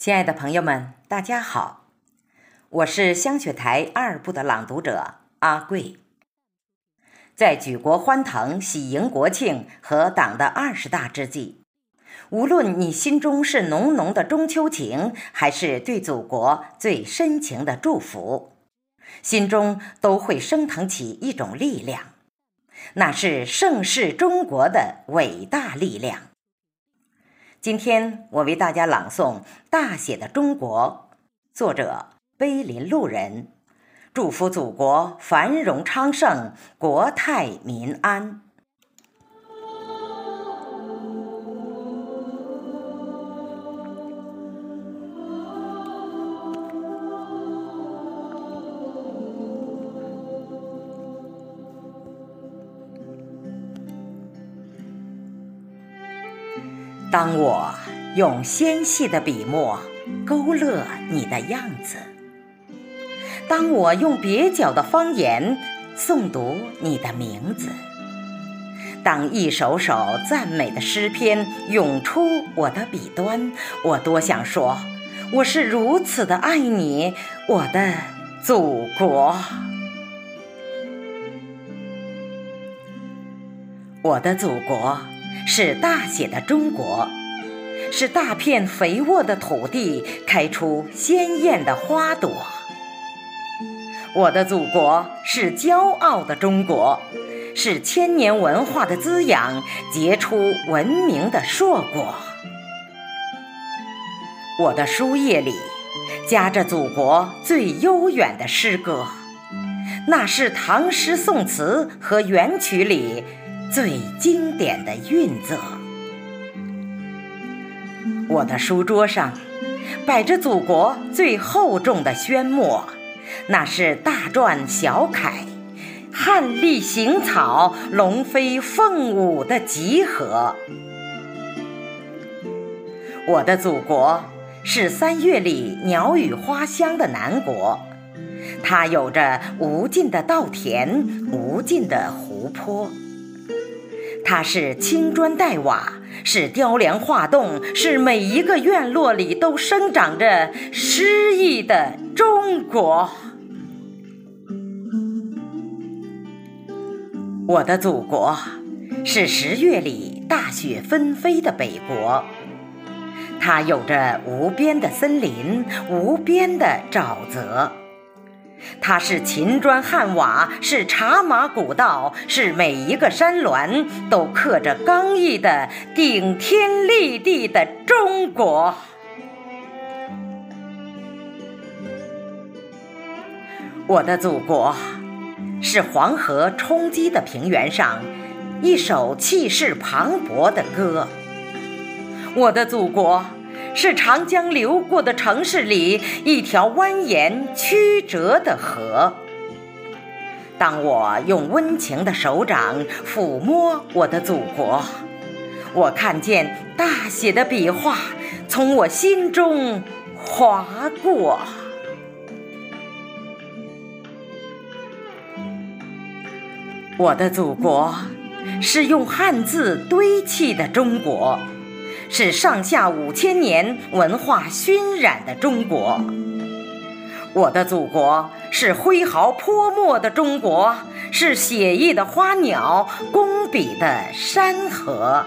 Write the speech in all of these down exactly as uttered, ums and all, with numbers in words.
亲爱的朋友们，大家好，我是香雪台二部的朗读者阿贵。在举国欢腾、喜迎国庆和党的二十大之际，无论你心中是浓浓的中秋情，还是对祖国最深情的祝福，心中都会升腾起一种力量，那是盛世中国的伟大力量。今天我为大家朗诵《大写的中国》，作者碑林路人，祝福祖国繁荣昌盛，国泰民安。当我用纤细的笔墨勾勒你的样子，当我用蹩脚的方言诵读你的名字，当一首首赞美的诗篇涌出我的笔端，我多想说，我是如此的爱你，我的祖国。我的祖国是大写的中国，是大片肥沃的土地开出鲜艳的花朵。我的祖国是骄傲的中国，是千年文化的滋养，结出文明的硕果。我的书页里夹着祖国最悠远的诗歌，那是唐诗宋词和元曲里最经典的韵则。我的书桌上摆着祖国最厚重的宣墨，那是大篆小楷，汉隶行草，龙飞凤舞的集合。我的祖国是三月里鸟语花香的南国，它有着无尽的稻田，无尽的湖泊。它是青砖黛瓦，是雕梁画栋，是每一个院落里都生长着诗意的中国。我的祖国是十月里大雪纷飞的北国，它有着无边的森林，无边的沼泽。它是秦砖汉瓦，是茶马古道，是每一个山峦都刻着刚毅的顶天立地的中国。我的祖国是黄河冲击的平原上一首气势磅礴的歌，我的祖国是长江流过的城市里一条蜿蜒曲折的河。当我用温情的手掌抚摸我的祖国，我看见大写的笔画从我心中划过。我的祖国是用汉字堆砌的中国，是上下五千年文化熏染的中国。我的祖国是挥毫泼墨的中国，是写意的花鸟，工笔的山河。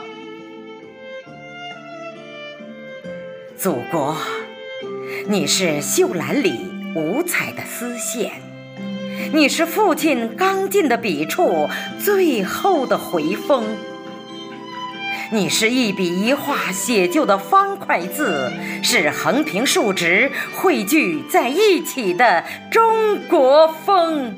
祖国，你是秀兰里五彩的丝线，你是父亲刚劲的笔触，最后的回风。你是一笔一画写就的方块字，是横平竖直汇聚在一起的中国风。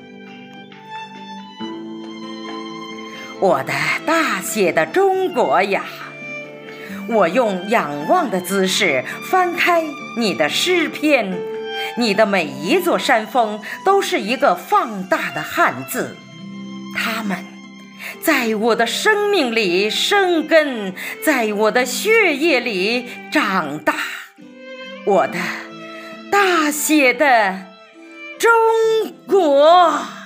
我的大写的中国呀，我用仰望的姿势翻开你的诗篇，你的每一座山峰都是一个放大的汉字，它们在我的生命里生根，在我的血液里长大。我的大写的中国。